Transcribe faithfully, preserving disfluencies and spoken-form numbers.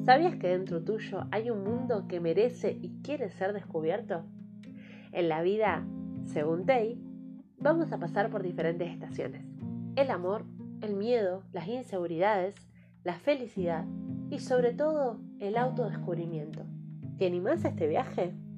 ¿Sabías que dentro tuyo hay un mundo que merece y quiere ser descubierto? En la vida, según Tay, vamos a pasar por diferentes estaciones. El amor, el miedo, las inseguridades, la felicidad y sobre todo el autodescubrimiento. ¿Te animás a este viaje?